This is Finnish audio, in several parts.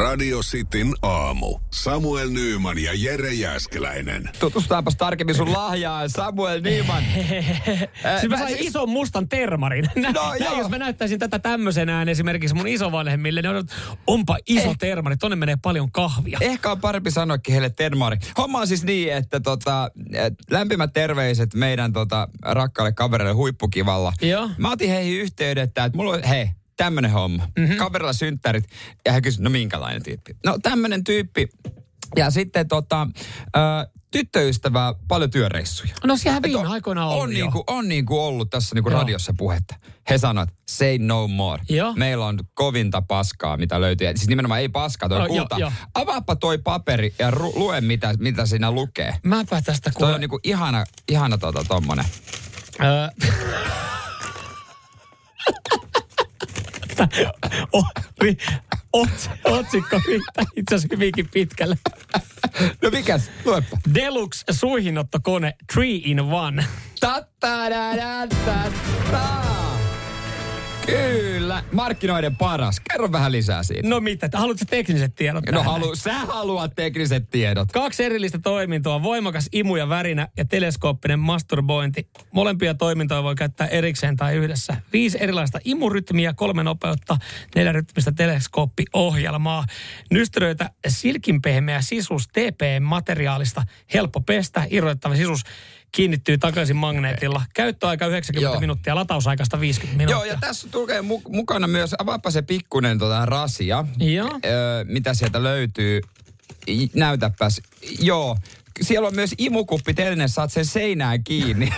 Radio Cityn aamu. Samuel Nyyman ja Jere Jääskeläinen. Tutustutaanpas tarkemmin sun lahjaa, Samuel Nyyman. Mä sain ison mustan termarin. Jos mä näyttäisin tätä tämmöisenään esimerkiksi mun isovanhemmille, niin onpa iso termari, tonne menee paljon kahvia. Ehkä on parempi sanoakin heille termari. Homma on siis niin, että lämpimät terveiset meidän rakkaalle kavereille Huippukivalla. Joo. Mä otin heihin yhteydentä, että mulla on, tämmönen homma. Kaverilla synttärit. Ja hän kysyi, no minkälainen tyyppi? No tämmönen tyyppi. Ja sitten tyttöystävää, paljon työreissuja. No sehän viime aikoina on ollut tässä radiossa puhetta. He sanoivat, say no more. Joo. Meillä on kovinta paskaa, mitä löytyy. Siis nimenomaan ei paskaa, toi kulta. Avaappa toi paperi ja lue, mitä siinä lukee. Mäpä tästä toi on ihana tommonen. Otsikko riittää itse asiassa hyvinkin pitkälle. No mikäs? Luepa. Deluxe suihinottokone 3-in-1. Kyllä, markkinoiden paras. Kerro vähän lisää siitä. No mitä, haluatko tekniset tiedot? No sä haluat tekniset tiedot. 2 erillistä toimintoa, voimakas imu ja värinä ja teleskooppinen masturbointi. Molempia toimintoja voi käyttää erikseen tai yhdessä. 5 erilaista imurytmiä, 3 nopeutta, 4 rytmistä teleskooppiohjelmaa. Nystyröitä silkinpehmeä sisus TPM-materiaalista, helppo pestä, irrotettava sisus. Kiinnittyy takaisin magneetilla. Käyttöaika 90 minuuttia, latausaikasta 50 minuuttia. Joo, ja tässä tulee mukana myös, avaappa se pikkunen rasia. Joo. Mitä sieltä löytyy. Näytäpäs. Joo, siellä on myös imukuppi, teille saat sen seinään kiinni.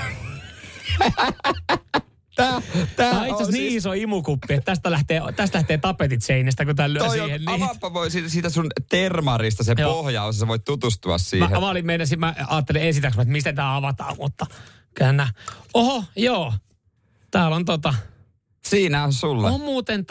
Tää on itse asiassa niin iso imukuppi, että tästä lähtee tapetit seinästä, kun tää lyö siihen. Avaappa voi siitä sun termarista se pohjaus, sä voit tutustua siihen. Mä ajattelin esitäks, että mistä tää avataan, mutta käännä. Oho, joo. Täällä on Siinä on sulle. On muuten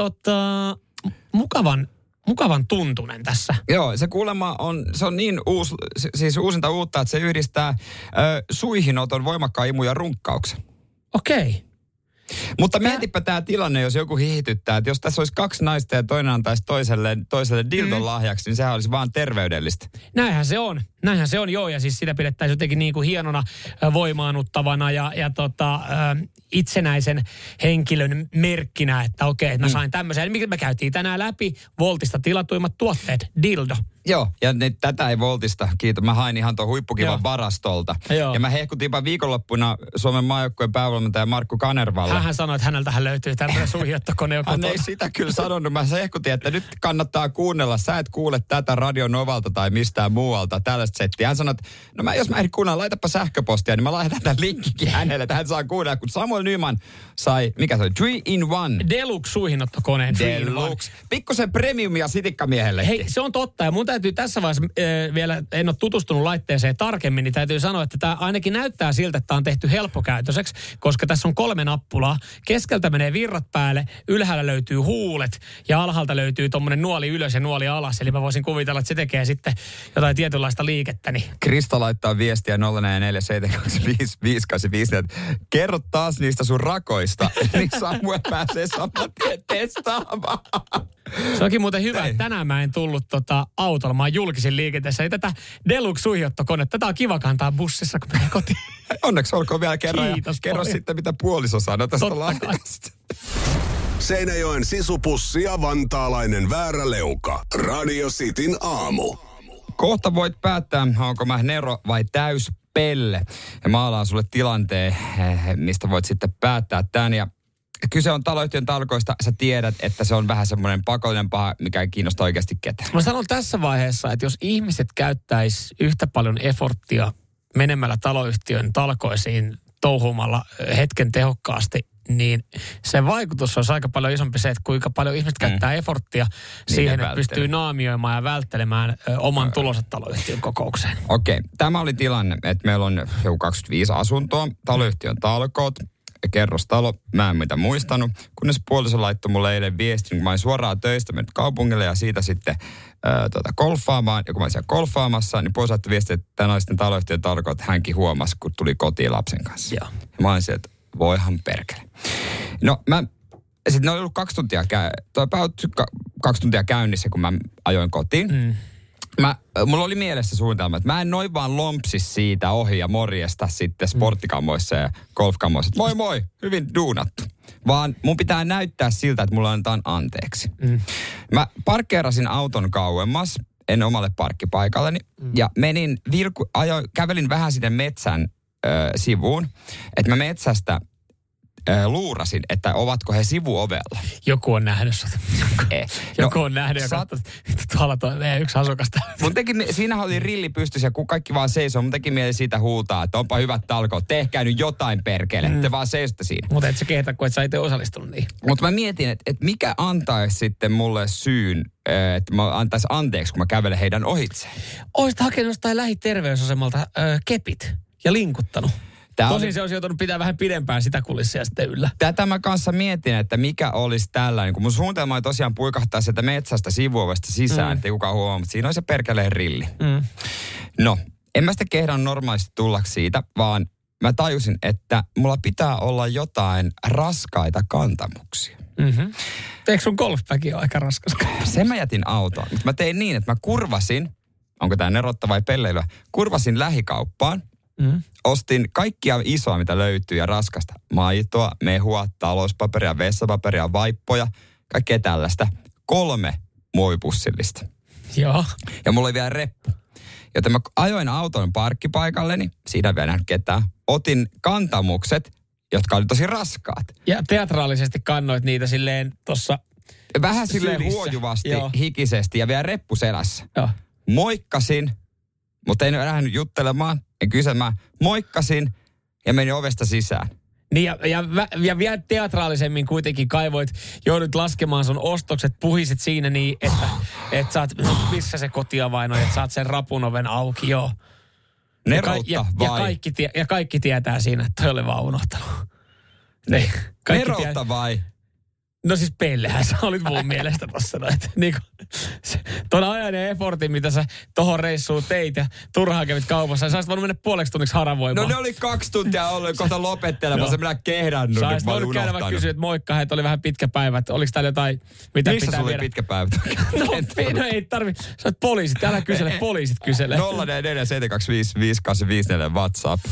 mukavan tuntunen tässä. Joo, se kuulemma se on niin uusinta uutta, että se yhdistää suihinoton, voimakkaan imu ja runkkauksen. Okei. Mutta mietipä tämä tilanne, jos joku hihityttää, että jos tässä olisi 2 naista ja toinen antaisi toiselle dildon lahjaksi, niin sehän olisi vaan terveydellistä. Näinhän se on, joo, ja siis sitä pidettäisiin jotenkin niin kuin hienona, voimaannuttavana ja itsenäisen henkilön merkkinä, että okei, että mä sain tämmöisen. Me käytiin tänään läpi Voltista tilatuimmat tuotteet, dildo. Joo, ja tätä ei Voltista, kiitos. Mä hain ihan tuon Huippukivan varastolta. Joo. Ja mä hehkutinpa viikonloppuna Suomen maajoukkueen päävalmentaja Markku Kanervalle. Hän sanoi, että häneltähän löytyy tämmöinen suihiottokone. Hän ei sitä kyllä sanonut. Mä hehkutin, että nyt kannattaa kuunnella. Sä et kuule tätä Radio Novalta tai mistään muualta tällaista settiä. Hän sanoi, että jos mä en kuunnella, laitapa sähköpostia, niin mä laitan tämän linkikin hänelle, että hän saa kuunnella. Kun Samuel Nyyman sai, mikä se oli, 3-in-1. Deluxe suihinottokone. Deluxe. Pikkusen premiumia sitikkamiehelle. Hei, se on totta. Ja mun täytyy tässä vaiheessa vielä, en ole tutustunut laitteeseen tarkemmin, niin täytyy sanoa, että tämä ainakin näyttää siltä, että tämä on tehty helppokäytöiseksi, koska tässä on 3 nappulaa. Keskeltä menee virrat päälle, ylhäällä löytyy huulet ja alhaalta löytyy tommonen nuoli ylös ja nuoli alas. Eli mä voisin kuvitella, että se tekee sitten jotain tietynlaista liikettä. Niin. Krista laittaa viestiä 047255854, että kerro taas niistä sun rakoista, niin Samuel pääsee saman tien testaamaan. Se onkin muuten hyvä, että tänään mä en tullut autolla. Mä oon julkisin liikenteessä. Ei tätä Deluxe-suihiottokone. Tätä on kiva kantaa bussissa, kun menee kotiin. Onneksi olkoon vielä kerran. Kiitos, kerro sitten, mitä puoliso sanoo tästä lahjasta. Seinäjoen sisupussi ja vantaalainen vääräleuka. Radio Cityn aamu. Kohta voit päättää, onko mä nero vai täyspelle. Ja maalaan sulle tilanteen, mistä voit sitten päättää tämän. Ja kyse on taloyhtiön talkoista. Sä tiedät, että se on vähän semmoinen pakollinen paha, mikä ei kiinnosta oikeasti ketään. Mä sanon tässä vaiheessa, että jos ihmiset käyttäis yhtä paljon efforttia menemällä taloyhtiön talkoisiin touhumalla hetken tehokkaasti, niin se vaikutus on aika paljon isompi se, että kuinka paljon ihmiset käyttää efforttia siihen, että pystyy naamioimaan ja välttelemään oman tulonsa taloyhtiön kokoukseen. Okei. Tämä oli tilanne, että meillä on joku 25 asuntoa, taloyhtiön talkoot, kerrostalo, mä en mitä muistanut, kunnes puoliso laittoi mulle eilen viestin, kun mä olin suoraan töistä mennyt kaupungille ja siitä sitten golfaamaan. Ja kun mä olin siellä golfaamassa, niin puoliso laittoi viestin, että tänään oli sitten taloyhtiön talkoot, hänkin huomasi, kun tuli kotiin lapsen kanssa. Joo. Ja mä olin sieltä, voihan perkele. No mä sitten ne oli ollut 2 tuntia käynnissä, kun mä ajoin kotiin. Mulla oli mielessä suunnitelma, että mä en noin vaan lompsis siitä ohi ja morjesta sitten sporttikammoissa ja golfkammoissa. Moi moi, hyvin duunattu. Vaan mun pitää näyttää siltä, että mulla annetaan anteeksi. Mä parkkeerasin auton kauemmas, en omalle parkkipaikalleni, ja kävelin vähän sinne metsän sivuun, että mä metsästä luurasin, että ovatko he sivuovella. Joku on nähnyt sut. Joku on nähnyt ja katsonut, että tuolla meidän yksi asukasta. Siinähän oli rilli pystyssä ja kun kaikki vaan seisoo, mun teki mieli siitä huutaa, että onpa hyvät talkoot, tehkää nyt jotain perkele, te vaan seisotte siinä. Mutta et sä kehtä, kun et sä itse osallistunut niin. Mutta mä mietin, että mikä antaisi sitten mulle syyn, että mä antaisin anteeksi, kun mä kävelen heidän ohitse. Oisit hakenut jostain lähiterveysasemalta kepit ja linkuttanut. Tosin se olisi joutunut pitää vähän pidempään sitä kulissia sitten yllä. Tätä mä kanssa mietin, että mikä olisi tällainen. Kun mun suunnitelma oli tosiaan puikahtaa sieltä metsästä sivuovesta sisään, ettei kukaan huomaa, mutta siinä on se perkeleen rilli. No, en mä sitä kehdannut normaalisti tullaksi siitä, vaan mä tajusin, että mulla pitää olla jotain raskaita kantamuksia. Eikö sun golfbagi ole aika raskas? Sen mä jätin autoon. Mutta mä tein niin, että mä kurvasin, onko tää nerotta vai pelleilyä, kurvasin lähikauppaan. Ostin kaikkia isoa, mitä löytyy ja raskasta. Maitoa, mehua, talouspaperia, vessapaperia, vaippoja, kaikkea tällaista. 3 muovipussillista. Joo. Ja mulla oli vielä reppu. Joten mä ajoin auton parkkipaikalleni, siinä ei vielä nähnyt ketään. Otin kantamukset, jotka oli tosi raskaat. Ja teatraalisesti kannoit niitä silleen tossa vähän silleen sylissä. huojuvasti, Joo. Hikisesti ja vielä reppu selässä. Joo. Moikkasin, mutta en lähdenyt juttelemaan. En kysymään. Moikkasin ja menin ovesta sisään. Niin ja vielä teatraalisemmin kuitenkin joudut laskemaan sun ostokset, puhisit siinä niin, että saat, missä se kotiavain on, että saat sen rapun oven auki, joo. Neroutta vai? Ja kaikki tietää siinä, että toi oli vaan unohtanut. Neroutta vai? No siis pellehän sä olit mun mielestä tossa. Niin ton ajan ja effortin, mitä sä tohon reissuun teit ja turhaan kävit kaupassa, sä olisit voinut mennä puoleksi tunniksi haravoimaan. No ne oli 2 tuntia ollut kohta lopettelemassa, minä kehdannut. Sä olisit voinut käydä vaan kysyä, että moikka, että oli vähän pitkä päivä, että oliko täällä jotain, mitä missä pitää sulla oli pitkä päivä? No ei tarvi. Sä oot poliisit, älä kysele, poliisit kyselee. 044 WhatsApp.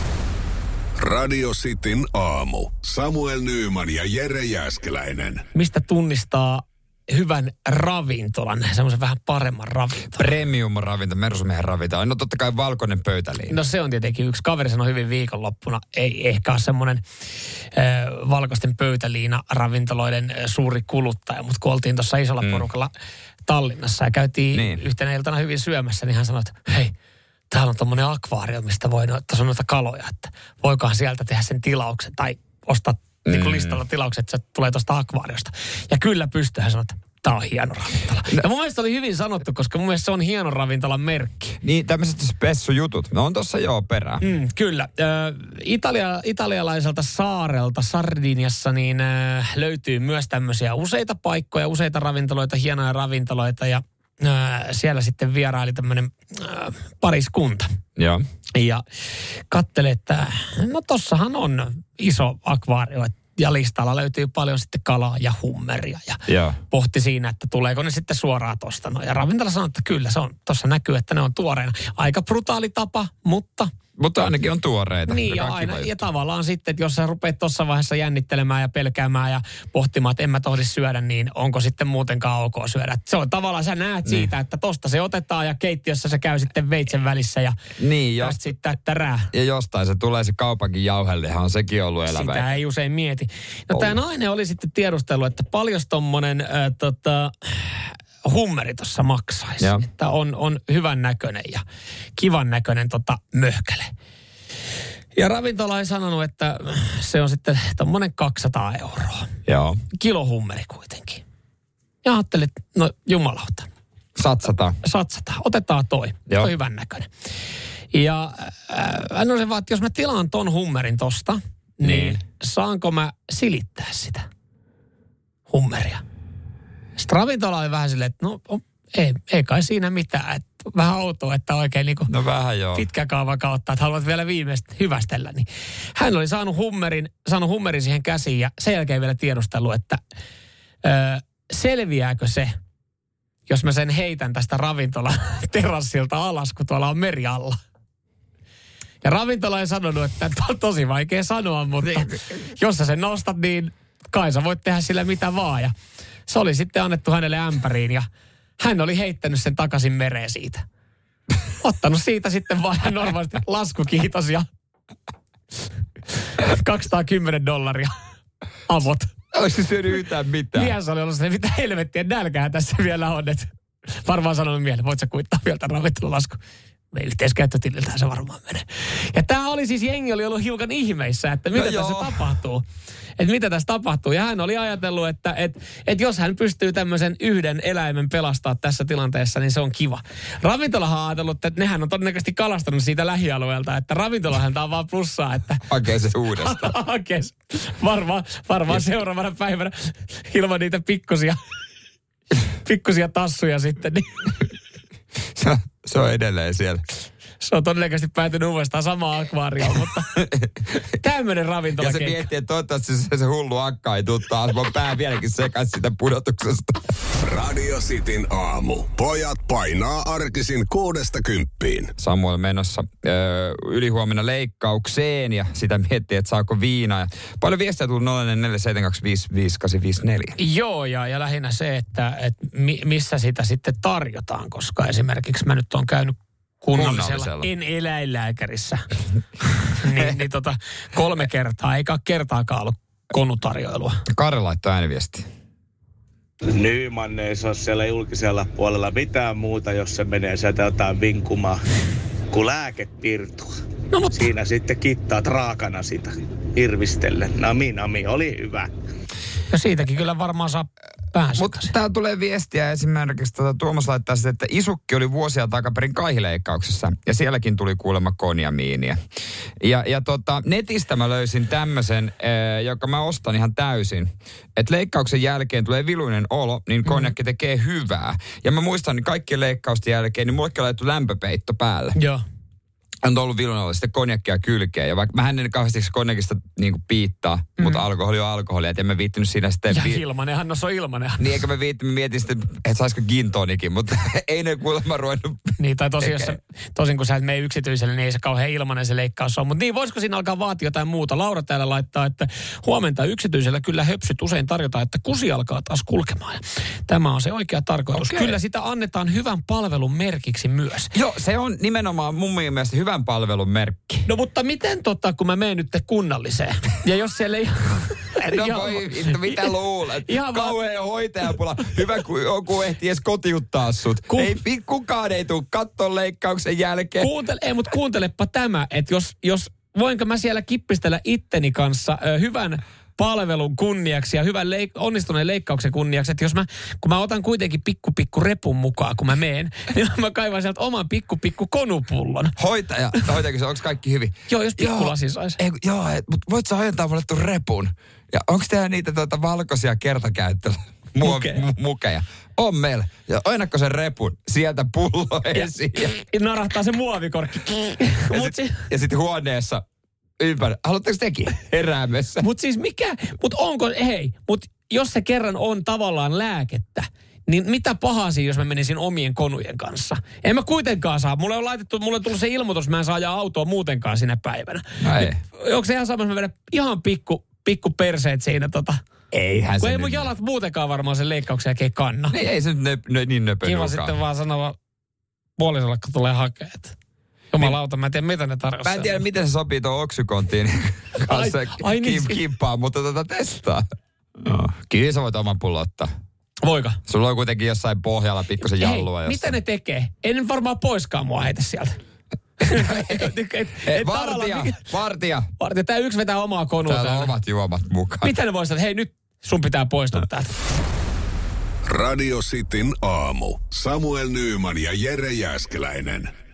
Radio Cityn aamu. Samuel Nyyman ja Jere Jääskeläinen. Mistä tunnistaa hyvän ravintolan, semmoisen vähän paremman ravintolan? Premium-ravinto, mersumiehen ravinto. No totta kai valkoinen pöytäliina. No se on tietenkin yksi. Kaveri sanoi hyvin viikonloppuna. Ei ehkä ole semmoinen valkoisten pöytäliina-ravintoloiden suuri kuluttaja, mutta kun oltiin tuossa isolla porukalla Tallinnassa ja käytiin yhtenä iltana hyvin syömässä, niin hän sanoi, että hei, täällä on tommoinen akvaario, mistä voi tuossa on noita kaloja, että voikohan sieltä tehdä sen tilauksen tai ostaa niin kuin listalla tilaukset, että se tulee tuosta akvaariosta. Ja kyllä pystyy, hän sanoi, että tämä on hieno ravintola. Ja mun mielestä oli hyvin sanottu, koska mun mielestä se on hieno ravintolan merkki. Niin, tämmöiset spessujutut. No on tossa perää. Kyllä. Italialaiselta saarelta Sardiniassa niin löytyy myös tämmöisiä useita paikkoja, useita ravintoloita, hienoja ravintoloita ja siellä sitten vieraili tämmöinen pariskunta. Joo. Ja katseli, että no tossahan on iso akvaario ja listalla löytyy paljon sitten kalaa ja hummeria. Ja pohti siinä, että tuleeko ne sitten suoraan tosta. No, ja ravintola sanoi, että kyllä se on, tossa näkyy, että ne on tuoreena. Aika brutaali tapa, mutta ainakin on tuoreita. Niin ja tavallaan sitten, että jos sä rupeat tuossa vaiheessa jännittelemään ja pelkäämään ja pohtimaan, että en mä tohdisi syödä, niin onko sitten muutenkaan ok syödä. Se on tavallaan, sä näet siitä, että tosta se otetaan ja keittiössä se käy sitten veitsen välissä ja tästä sitten tärää. Ja jostain se tulee se kaupankin jauhelihan, sekin ollut elävä. Sitä ei usein mieti. No tämä nainen oli sitten tiedustellut, että paljon tommonen hummeri tuossa maksaisi. Ja. Että on hyvän näköinen ja kivan näköinen möhkäle. Ja ravintola ei sanonut, että se on sitten tommonen 200 €. Joo. Kilohummeri kuitenkin. Ja ajattelin, että no jumalauta. Satsataan. Otetaan toi. Joo. Toi hyvän näköinen. Ja hän on se vaan, että jos mä tilaan ton hummerin tosta, niin saanko mä silittää sitä hummeria? Sitten ravintola oli vähän silleen, että no ei kai siinä mitään. Että vähän outoa, että oikein niin kuin vähän joo. Pitkä kaava kautta, että haluat vielä viimeistä hyvästellä. Niin hän oli saanut hummerin siihen käsiin ja sen jälkeen vielä tiedustellut, että selviääkö se, jos mä sen heitän tästä ravintolaterassilta alas, kun tuolla on meri alla. Ja ravintola ei sanonut, että on tosi vaikea sanoa, mutta jos sä sen nostat, niin kai sä voit tehdä sillä mitä vaan. Ja se oli sitten annettu hänelle ämpäriin ja hän oli heittänyt sen takaisin mereen siitä. Ottanut siitä sitten vaan normaalisti laskukiitos ja $210 avot. Olisi syönyt yhtään mitään. Mies oli ollut se, mitä helvettiä nälkää tässä vielä on. Et varmaan sanonut mieleen, voit sä kuittaa vielä tämän ravintolalasku. Me yhteiskäyttötililtähän se varmaan menee. Ja tämä oli siis, jengi oli ollut hiukan ihmeissä, että mitä tässä tapahtuu. Että mitä tässä tapahtuu. Ja hän oli ajatellut, että jos hän pystyy tämmöisen yhden eläimen pelastaa tässä tilanteessa, niin se on kiva. Ravintolahan on ajatellut, että nehän on todennäköisesti kalastanut siitä lähialueelta, että ravintolahan tämä on vaan plussaa, että hakee se uudestaan. Hakee se. Varmaan seuraavana päivänä ilman niitä pikkusia tassuja sitten. Niin. Se on edelleen siellä. Se on todennäköisesti päätynyt uudestaan samaan akvaarioon, mutta tämmöinen ravintolakeikka. Ja se miettii, että toivottavasti se hullu akka ei tuu taas. Mä pää vieläkin sekaisin sitä pudotuksesta. Radio Cityn aamu. Pojat painaa arkisin 6–10. Samuel menossa ylihuomenna leikkaukseen ja sitä miettii, että saako viinaa. Ja paljon viestejä tullut 047255854. Joo, ja lähinnä se, että missä sitä sitten tarjotaan, koska esimerkiksi mä nyt oon käynyt kunnallisella. En eläinlääkärissä. niin 3 kertaa, eikä kertaakaan ollut konutarjoilua. Karre laittoi ääniviestiä. Nyman ei saa siellä julkisella puolella mitään muuta, jos se menee sieltä jotain vinkumaan kuin lääkepirtua. No, mutta siinä sitten kittaat raakana sitä irvistellen. Nami, oli hyvä. Ja siitäkin kyllä varmaan saa päästä. Mutta täällä tulee viestiä esimerkiksi, Tuomas laittaa sitä, että isukki oli vuosia takaperin kaihileikkauksessa ja sielläkin tuli kuulemma konjamiiniä. Ja netistä mä löysin tämmöisen, joka mä ostan ihan täysin, että leikkauksen jälkeen tulee viluinen olo, niin konjakki tekee hyvää. Ja mä muistan, niin kaikkien leikkausten jälkeen, niin mullekin on laitettu lämpöpeitto päälle. Joo. On ollut viluinen sitten konjakkia kylkeen. Ja vaikka mä en kauheasti konjakista niinku piittaa, mutta alkoholi on alkoholia. Et en mä viittinyt siinä sitten. Ja ilmanenhan, se on ilmanen. Niin eikä mä mietin sitten, että saisiko gin tonikin, mutta ei ne kuulemma ruvennut. Niin, tai tosin kun sä et mene yksityiselle, niin ei se kauhean ilmanen se leikkaus on. Mutta niin, voisiko siinä alkaa vaatia jotain muuta? Laura täällä laittaa, että huomenta yksityisellä kyllä höpsyt usein tarjotaan, että kusi alkaa taas kulkemaan. Ja tämä on se oikea tarkoitus. Okay. Kyllä sitä annetaan hyvän palvelun merkiksi myös. Joo, se on nimenomaan mun mielestä hyvän palvelun merkki. No mutta miten kun mä menen nyt kunnalliseen? Ja jos siellä ei... No voi, mitä luulet? Kauhea hoitajapula. Hyvä, kun joku ehti edes kotiuttaa sut. Kukaan ei tule katton leikkauksen jälkeen. Mutta kuuntelepa tämä, että jos voinko mä siellä kippistellä itteni kanssa hyvän palvelun kunniaksi ja hyvän onnistuneen leikkauksen kunniaksi, että kun mä otan kuitenkin pikku repun mukaan, kun mä meen, niin mä kaivan sieltä oman pikku konupullon. Hoitajakin se, onko kaikki hyvin? Joo, jos pikkulasi saisi. Mutta voit sä ojentaa mulle tuon repun? Ja onko teillä niitä valkoisia kertakäyttömukeja? On meillä. Ja ojenakko sen repun, sieltä pullo esiin. Ja narahtaa se muovikorkki. Ja sitten huoneessa ympäri. Haluatteko tekin heräämessä? Mutta jos se kerran on tavallaan lääkettä, niin mitä pahaa siinä, jos mä menisin omien konujen kanssa? En mä kuitenkaan saa. Mulle on tullut se ilmoitus, mä en saa ajaa autoa muutenkaan sinä päivänä. Onko se ihan sama, jos mä vedän ihan pikku perseet siinä Eihän se ei mun jalat muutenkaan varmaan sen leikkauksen jälkeen kanna. Ei se niin nöpö. Kiva sitten vaan sanoa puolisolle, kun tulee hakeet. Jumalauta, mä en tiedä, mitä ne tarkoittaa. Mä en tiedä, miten se sopii tuon oksykontiin kanssa kimppaan, mutta testaa. No. Kyllä sä voit oman pullon ottaa. Voiko? Sulla on kuitenkin jossain pohjalla pikkusen jallua. Hei, mitä ne tekee? Ei nyt varmaan poiskaan mua heitä sieltä. Vartija. Tää yksi vetää omaa konua. Täällä on omat juomat mukaan. Mitä ne voisivat? Hei, nyt sun pitää poistua täältä. Radio Cityn aamu. Samuel Nyman ja Jere Jääskeläinen.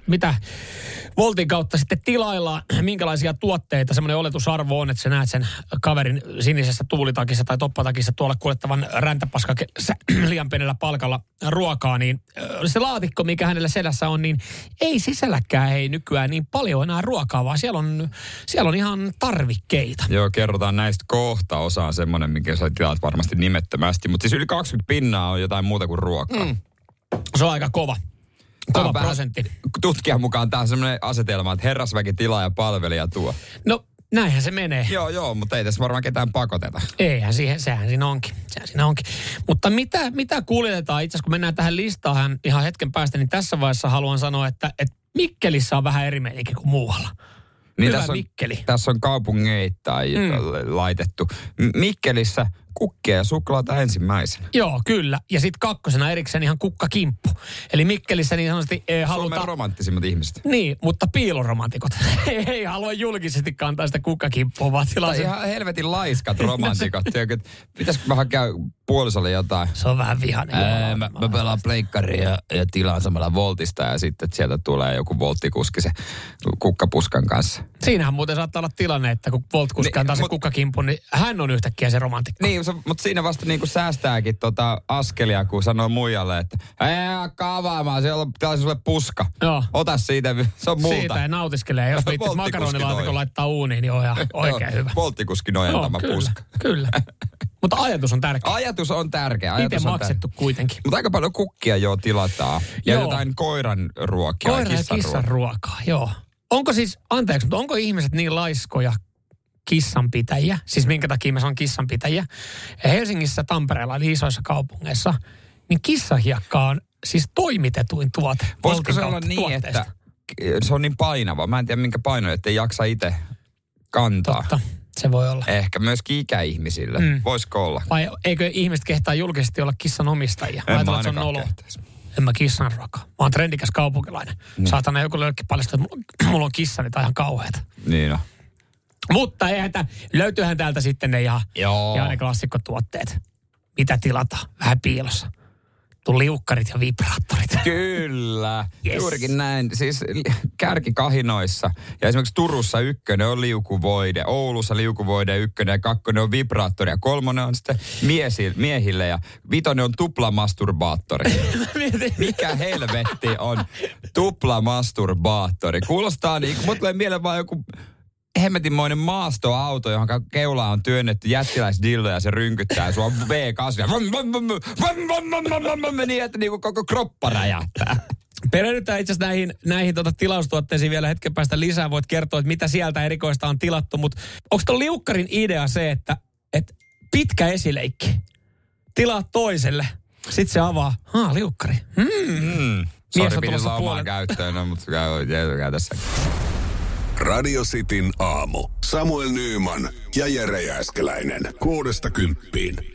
mitä Voltin kautta sitten tilaillaan, minkälaisia tuotteita. Semmoinen oletusarvo on, että sä näet sen kaverin sinisessä tuulitakissa tai toppatakissa tuolla kuljettavan räntäpaska liian pienellä palkalla ruokaa, niin se laatikko, mikä hänellä selässä on, niin ei sisälläkään nykyään niin paljon enää ruokaa, vaan siellä on ihan tarvikkeita. Joo, kerrotaan näistä kohta. Osa on semmoinen, minkä sä tilaat varmasti nimettömästi, mutta siis yli 20% on jotain muuta kuin ruokaa. Se on aika kova prosentti. Tutkijan mukaan tämä on semmoinen asetelma, että herrasväki tilaa ja palvelija tuo. No, näinhän se menee. Joo, mutta ei tässä varmaan ketään pakoteta. Eihän sehän siinä onkin. Mutta mitä kuljetetaan? Itse asiassa kun mennään tähän listaan ihan hetken päästä, niin tässä vaiheessa haluan sanoa, että Mikkelissä on vähän eri meininki kuin muualla. Niin Hyvä Mikkeli. Tässä on kaupungeittain laitettu. Mikkelissä kukkia ja suklaata ensimmäisenä. Joo, kyllä. Ja sitten kakkosena erikseen ihan kukkakimppu. Eli Mikkelissä niin sanotusti halutaan... Suomen romanttisimmat ihmiset. Niin, mutta piiloromantikot. ei halua julkisesti kantaa sitä kukkakimppua, vaan tilaa sen... ihan helvetin laiskat romantikot. Pitäisikö vähän käy puolisolle jotain? Se on vähän vihainen. Mä pelaan pleikkaria ja tilaan samalla Voltista ja sitten sieltä tulee joku volttikuski se kukkapuskan kanssa. Siinähän muuten saattaa olla tilanne, että kun Volt-kuski antaa se kukkakimpun, niin hän on yhtäkkiä se romantikko. Niin, mutta siinä vasta niinku säästääkin askelia, kun sanoo muijalle, että ei avaamaan, siellä on sulle puska. Joo. Ota siitä, se on multa. Siitä ja nautiskelee. Jos viittis makaronilaatikon laittaa uuniin, niin on ihan oikein hyvä. Volttikuskin ojentama puska. Kyllä. Mutta ajatus on tärkeä. Ajatus on tärkeä. Itse maksettu kuitenkin. Mutta aika paljon kukkia tilataan. Ja jotain koiran ruokia. Koiran ja kissan ruokaa, joo. Onko ihmiset niin laiskoja kissanpitäjiä? Siis minkä takia me sanon kissanpitäjiä? Helsingissä, Tampereella eli isoissa kaupungeissa, niin kissahiekka on siis toimitetuin tuote. Voisiko se olla niin, että se on niin painava? Mä en tiedä minkä paino, ettei jaksa itse kantaa. Totta, se voi olla. Ehkä myöskin ikäihmisille. Voisiko olla? Vai eikö ihmiset kehtaa julkisesti olla kissan omistajia? En mä ainakaan kehtäisi. En mä kissan ruokaa. Mä oon trendikäs kaupunkilainen. Saatana joku löykin paljastaa, että mulla on kissa, niin tää on ihan kauheeta. Niin on. Mutta löytyyhän täältä sitten ne ihan ne klassikkotuotteet. Mitä tilata? Vähän piilossa. Liukkarit ja vibraattorit. Kyllä, juurikin näin. Siis kärkikahinoissa ja esimerkiksi Turussa 1 on liukuvoide, Oulussa liukuvoide 1 ja 2 on vibraattori ja 3 on sitten miehille ja 5 on tuplamasturbaattori. Mikä helvetti on tuplamasturbaattori? Kuulostaa niin, kun mut tulee mieleen vaan joku hemmetinmoinen maastoauto, johon keulaa on työnnetty jättiläisdillo ja se rynkyttää sua V8. Niin, että niinku koko kroppa räjähtää. Perehdytään itse asiassa näihin tilaustuotteisiin vielä hetken päästä lisää. Voit kertoa, että mitä sieltä erikoista on tilattu. Mutta onko tuon liukkarin idea se, että pitkä esileikki, tilaa toiselle, sitten se avaa, liukkari. Sori, pidin laumaan käyttöön, mutta käy tässä. Radio Cityn aamu. Samuel Nyyman ja Jere Jääskeläinen. 6–10.